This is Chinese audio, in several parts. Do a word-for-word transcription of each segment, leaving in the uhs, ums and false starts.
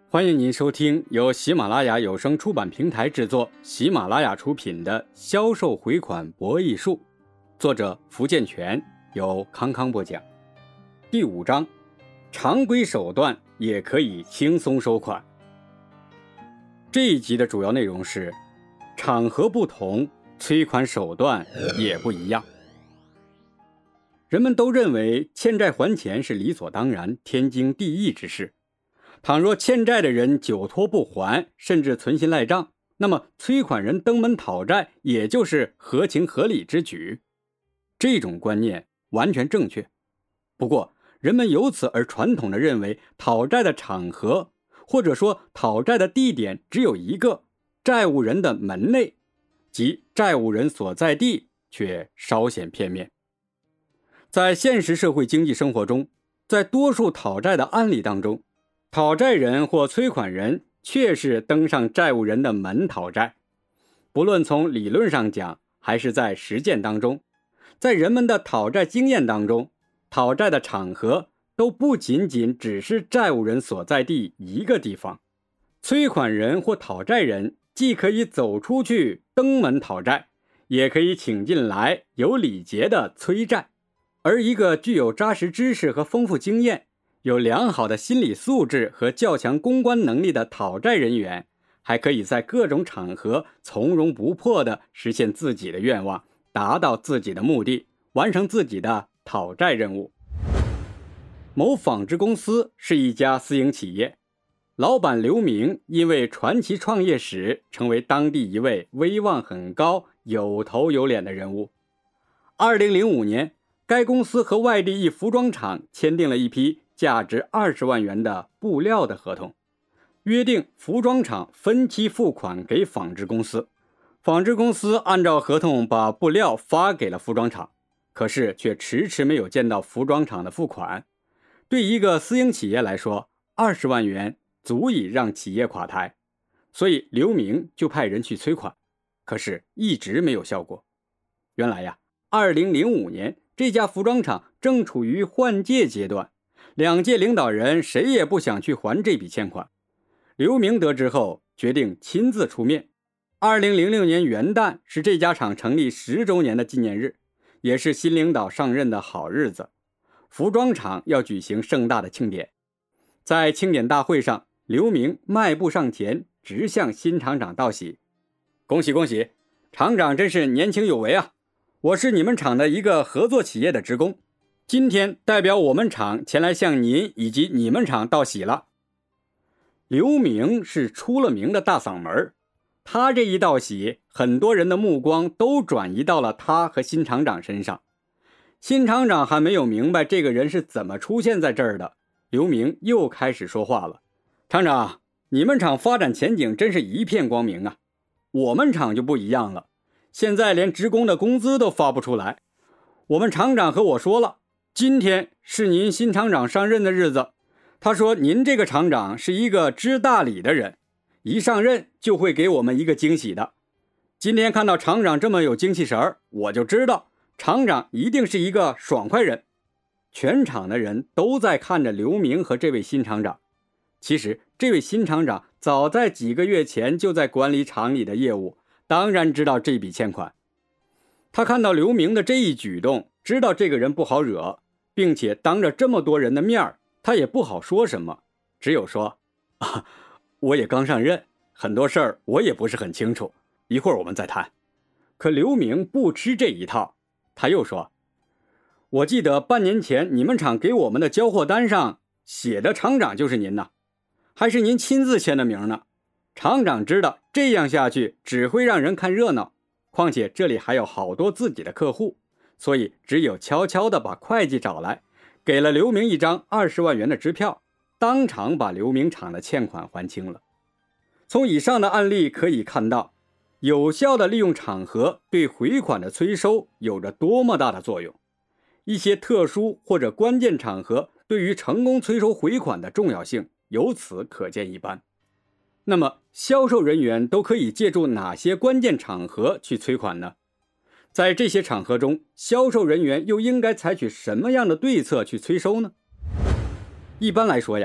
欢迎您收听由喜马拉雅有声出版平台制作、喜马拉雅出品的《销售回款博弈术》，作者福建泉，由康康播讲。第五章，常规手段也可以轻松收款。这一集的主要内容是，场合不同，催款手段也不一样。人们都认为欠债还钱是理所当然、天经地义之事。倘若欠债的人久拖不还，甚至存心赖账，那么催款人登门讨债也就是合情合理之举。这种观念完全正确。不过，人们由此而传统地认为讨债的场合，或者说讨债的地点只有一个，债务人的门内，即债务人所在地，却稍显片面。在现实社会经济生活中，在多数讨债的案例当中，讨债人或催款人确是登上债务人的门讨债。不论从理论上讲，还是在实践当中，在人们的讨债经验当中，讨债的场合都不仅仅只是债务人所在地一个地方。催款人或讨债人既可以走出去登门讨债，也可以请进来有礼节的催债。而一个具有扎实知识和丰富经验，有良好的心理素质和较强公关能力的讨债人员，还可以在各种场合从容不迫地实现自己的愿望，达到自己的目的，完成自己的讨债任务。某纺织公司是一家私营企业，老板刘明因为传奇创业史，成为当地一位威望很高、有头有脸的人物。二零零五年，该公司和外地一服装厂签订了一批价值二十万元的布料的合同，约定服装厂分期付款给纺织公司。纺织公司按照合同把布料发给了服装厂，可是却迟迟没有见到服装厂的付款。对一个私营企业来说，二十万元足以让企业垮台，所以刘明就派人去催款，可是一直没有效果。原来呀，二零零五年这家服装厂正处于换届阶段，两届领导人谁也不想去还这笔欠款。刘明得知后，决定亲自出面。二零零六年元旦是这家厂成立十周年的纪念日，也是新领导上任的好日子。服装厂要举行盛大的庆典。在庆典大会上，刘明迈步上前，直向新厂长道喜：“恭喜恭喜，厂长真是年轻有为啊！我是你们厂的一个合作企业的职工，今天代表我们厂前来向您以及你们厂道喜了。”刘明是出了名的大嗓门，他这一道喜，很多人的目光都转移到了他和新厂长身上。新厂长还没有明白这个人是怎么出现在这儿的，刘明又开始说话了：“厂长，你们厂发展前景真是一片光明啊，我们厂就不一样了，现在连职工的工资都发不出来。我们厂长和我说了，今天是您新厂长上任的日子，他说您这个厂长是一个知大礼的人，一上任就会给我们一个惊喜的。今天看到厂长这么有精气神儿，我就知道厂长一定是一个爽快人。”全场的人都在看着刘明和这位新厂长。其实这位新厂长早在几个月前就在管理厂里的业务，当然知道这笔欠款。他看到刘明的这一举动，知道这个人不好惹，并且当着这么多人的面，他也不好说什么，只有说：“啊，我也刚上任，很多事儿我也不是很清楚，一会儿我们再谈。”可刘明不吃这一套，他又说：“我记得半年前你们厂给我们的交货单上写的厂长就是您呢，还是您亲自签的名呢。厂长知道这样下去只会让人看热闹，况且这里还有好多自己的客户，所以只有悄悄地把会计找来，给了刘明一张二十万元的支票，当场把刘明厂的欠款还清了。”从以上的案例可以看到，有效的利用场合对回款的催收有着多么大的作用。一些特殊或者关键场合对于成功催收回款的重要性由此可见一斑。那么销售人员都可以借助哪些关键场合去催款呢？在这些场合中，销售人员又应该采取什么样的对策去催收呢？一般来说呀，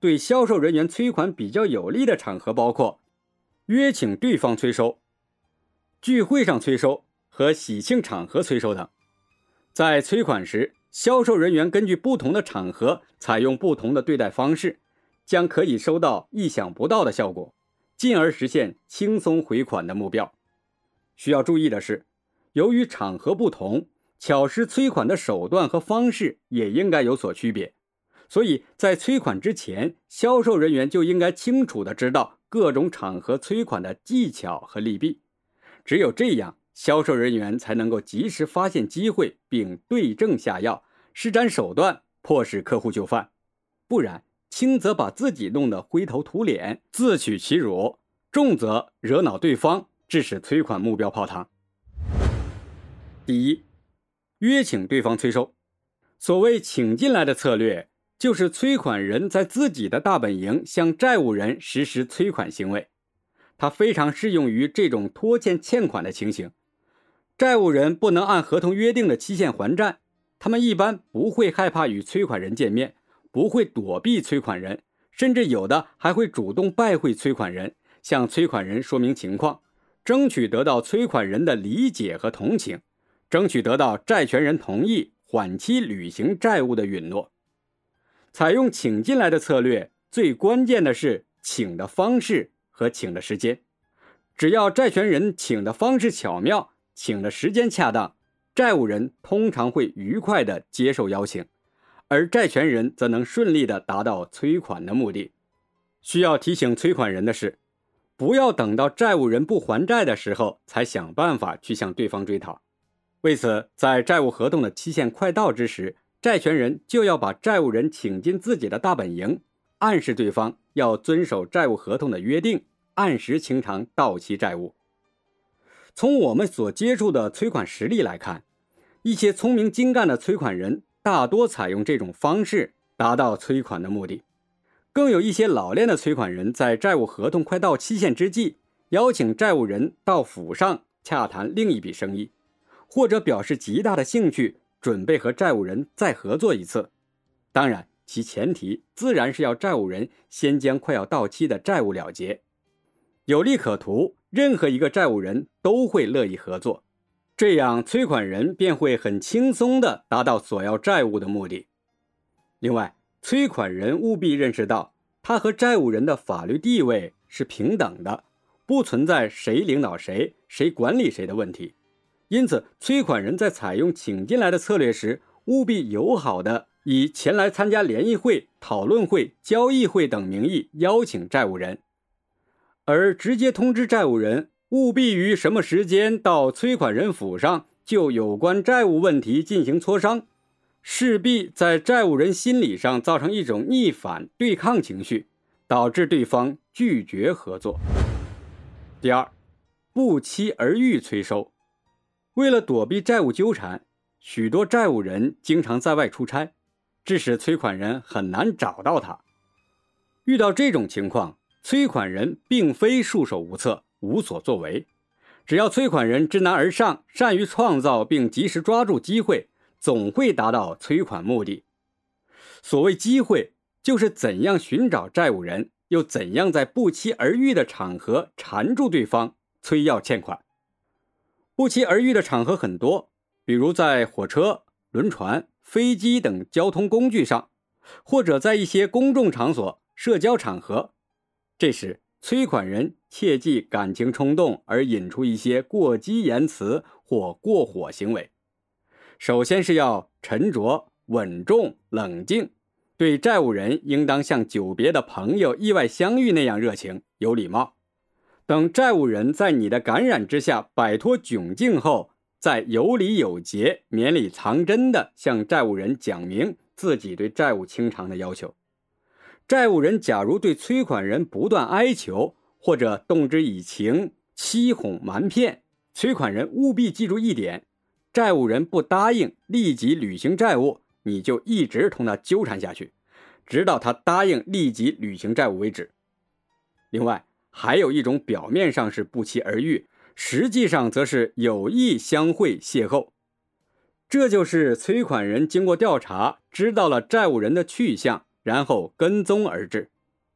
对销售人员催款比较有利的场合包括约请对方催收、聚会上催收和喜庆场合催收等。在催款时，销售人员根据不同的场合采用不同的对待方式，将可以收到意想不到的效果，进而实现轻松回款的目标。需要注意的是，由于场合不同，巧施催款的手段和方式也应该有所区别。所以在催款之前，销售人员就应该清楚地知道各种场合催款的技巧和利弊。只有这样，销售人员才能够及时发现机会并对症下药，施展手段迫使客户就范。不然，轻则把自己弄得灰头土脸，自取其辱，重则惹恼对方，致使催款目标泡汤。第一，约请对方催收。所谓请进来的策略，就是催款人在自己的大本营向债务人实施催款行为，它非常适用于这种拖欠欠款的情形。债务人不能按合同约定的期限还债，他们一般不会害怕与催款人见面，不会躲避催款人，甚至有的还会主动拜会催款人，向催款人说明情况，争取得到催款人的理解和同情，争取得到债权人同意缓期履行债务的允诺。采用请进来的策略，最关键的是请的方式和请的时间。只要债权人请的方式巧妙，请的时间恰当，债务人通常会愉快地接受邀请，而债权人则能顺利地达到催款的目的。需要提醒催款人的是，不要等到债务人不还债的时候才想办法去向对方追讨。为此，在债务合同的期限快到之时，债权人就要把债务人请进自己的大本营，暗示对方要遵守债务合同的约定，按时清偿到期债务。从我们所接触的催款实例来看，一些聪明精干的催款人大多采用这种方式达到催款的目的。更有一些老练的催款人在债务合同快到期限之际，邀请债务人到府上洽谈另一笔生意，或者表示极大的兴趣，准备和债务人再合作一次。当然，其前提自然是要债务人先将快要到期的债务了结。有利可图，任何一个债务人都会乐意合作，这样催款人便会很轻松地达到索要债务的目的。另外，催款人务必认识到，他和债务人的法律地位是平等的，不存在谁领导谁，谁管理谁的问题。因此，催款人在采用请进来的策略时，务必友好地以前来参加联谊会、讨论会、交易会等名义邀请债务人，而直接通知债务人务必于什么时间到催款人府上就有关债务问题进行磋商，势必在债务人心理上造成一种逆反对抗情绪，导致对方拒绝合作。第二，不期而遇催收。为了躲避债务纠缠，许多债务人经常在外出差，致使催款人很难找到他。遇到这种情况，催款人并非束手无策、无所作为，只要催款人知难而上，善于创造并及时抓住机会，总会达到催款目的。所谓机会，就是怎样寻找债务人，又怎样在不期而遇的场合缠住对方，催要欠款。不期而遇的场合很多，比如在火车、轮船、飞机等交通工具上，或者在一些公众场所、社交场合。这时，催款人切忌感情冲动而引出一些过激言辞或过火行为。首先是要沉着、稳重、冷静，对债务人应当像久别的朋友意外相遇那样热情、有礼貌。等债务人在你的感染之下摆脱窘境后，再有理有节、绵里藏针地向债务人讲明自己对债务清偿的要求。债务人假如对催款人不断哀求，或者动之以情、欺哄瞒骗，催款人务必记住一点：债务人不答应立即履行债务，你就一直同他纠缠下去，直到他答应立即履行债务为止。另外，还有一种表面上是不期而遇，实际上则是有意相会邂逅。这就是催款人经过调查，知道了债务人的去向，然后跟踪而至。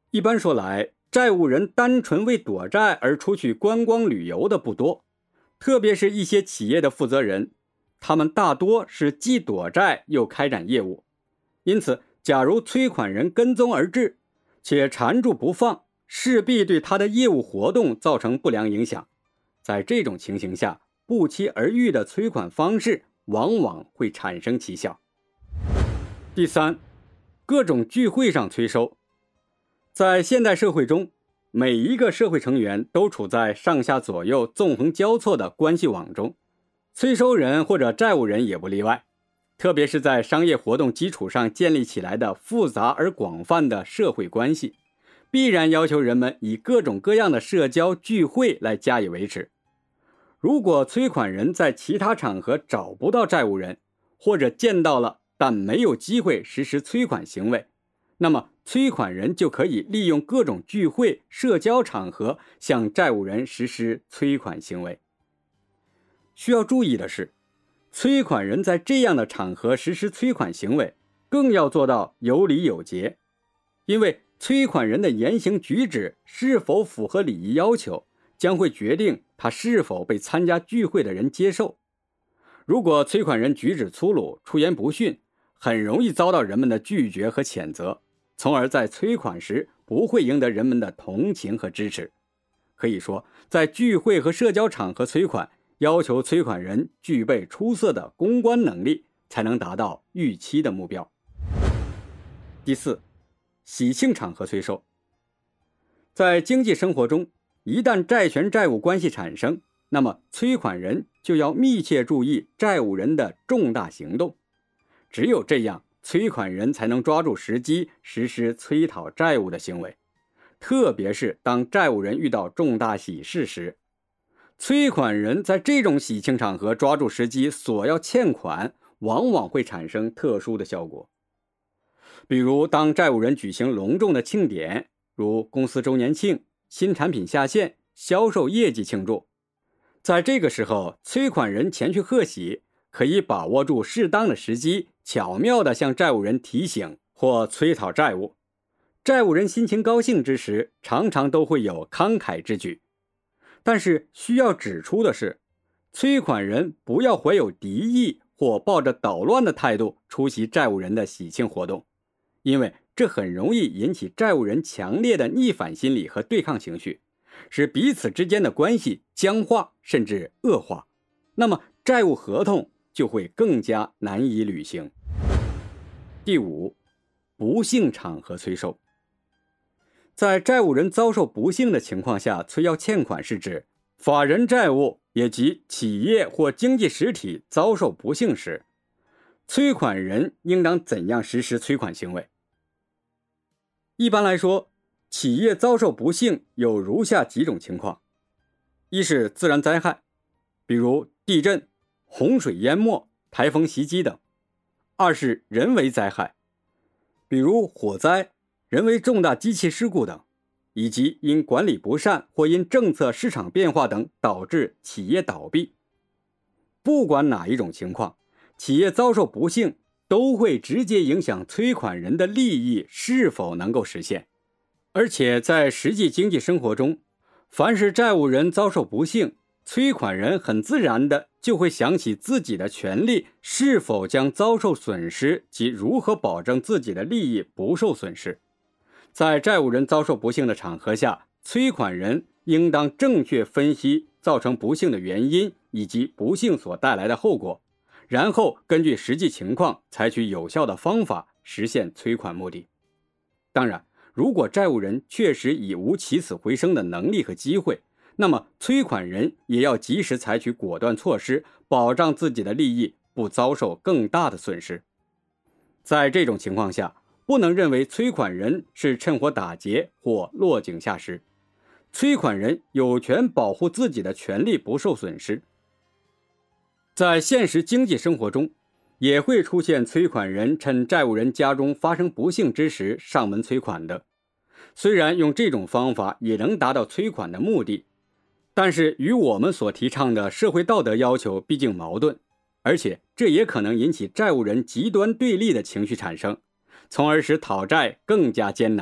一般说来，债务人单纯为躲债而出去观光旅游的不多，特别是一些企业的负责人，他们大多是既躲债又开展业务。因此，假如催款人跟踪而至，且缠住不放，势必对他的业务活动造成不良影响。在这种情形下，不期而遇的催款方式往往会产生奇效。第三，各种聚会上催收。在现代社会中，每一个社会成员都处在上下左右纵横交错的关系网中，催收人或者债务人也不例外。特别是在商业活动基础上建立起来的复杂而广泛的社会关系，必然要求人们以各种各样的社交聚会来加以维持。如果催款人在其他场合找不到债务人，或者见到了但没有机会实施催款行为，那么催款人就可以利用各种聚会、社交场合向债务人实施催款行为。需要注意的是，催款人在这样的场合实施催款行为，更要做到有礼有节，因为催款人的言行举止是否符合礼仪要求，将会决定他是否被参加聚会的人接受。如果催款人举止粗鲁、出言不逊，很容易遭到人们的拒绝和谴责，从而在催款时不会赢得人们的同情和支持。可以说，在聚会和社交场合催款，要求催款人具备出色的公关能力，才能达到预期的目标。第四，喜庆场合催收。在经济生活中，一旦债权债务关系产生，那么催款人就要密切注意债务人的重大行动。只有这样，催款人才能抓住时机实施催讨债务的行为。特别是当债务人遇到重大喜事时，催款人在这种喜庆场合抓住时机索要欠款，往往会产生特殊的效果。比如，当债务人举行隆重的庆典，如公司周年庆、新产品下线、销售业绩庆祝，在这个时候，催款人前去贺喜，可以把握住适当的时机，巧妙地向债务人提醒或催讨债务。债务人心情高兴之时，常常都会有慷慨之举。但是需要指出的是，催款人不要怀有敌意或抱着捣乱的态度出席债务人的喜庆活动，因为这很容易引起债务人强烈的逆反心理和对抗情绪，使彼此之间的关系僵化甚至恶化，那么债务合同就会更加难以履行。第五，不幸场合催收。在债务人遭受不幸的情况下催要欠款，是指法人债务也即企业或经济实体遭受不幸时，催款人应当怎样实施催款行为。一般来说，企业遭受不幸有如下几种情况：一是自然灾害，比如地震、洪水淹没、台风袭击等；二是人为灾害，比如火灾、人为重大机器事故等，以及因管理不善或因政策市场变化等导致企业倒闭。不管哪一种情况，企业遭受不幸都会直接影响催款人的利益是否能够实现。而且在实际经济生活中，凡是债务人遭受不幸，催款人很自然的就会想起自己的权利是否将遭受损失及如何保证自己的利益不受损失。在债务人遭受不幸的场合下，催款人应当正确分析造成不幸的原因以及不幸所带来的后果，然后根据实际情况采取有效的方法实现催款目的。当然，如果债务人确实已无起死回生的能力和机会，那么催款人也要及时采取果断措施，保障自己的利益不遭受更大的损失。在这种情况下，不能认为催款人是趁火打劫或落井下石，催款人有权保护自己的权利不受损失。在现实经济生活中，也会出现催款人趁债务人家中发生不幸之时上门催款的。虽然用这种方法也能达到催款的目的，但是与我们所提倡的社会道德要求毕竟矛盾，而且这也可能引起债务人极端对立的情绪产生，从而使讨债更加艰难，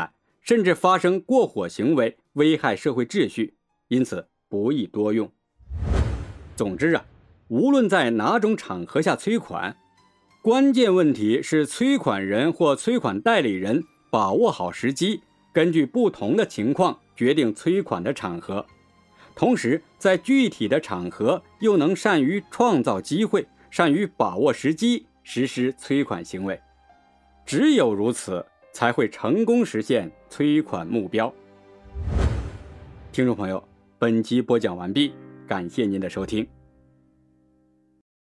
甚至发生过火行为，危害社会秩序，因此不宜多用。总之啊，无论在哪种场合下催款，关键问题是催款人或催款代理人把握好时机，根据不同的情况决定催款的场合，同时在具体的场合又能善于创造机会，善于把握时机，实施催款行为。只有如此，才会成功实现催款目标。听众朋友，本集播讲完毕，感谢您的收听。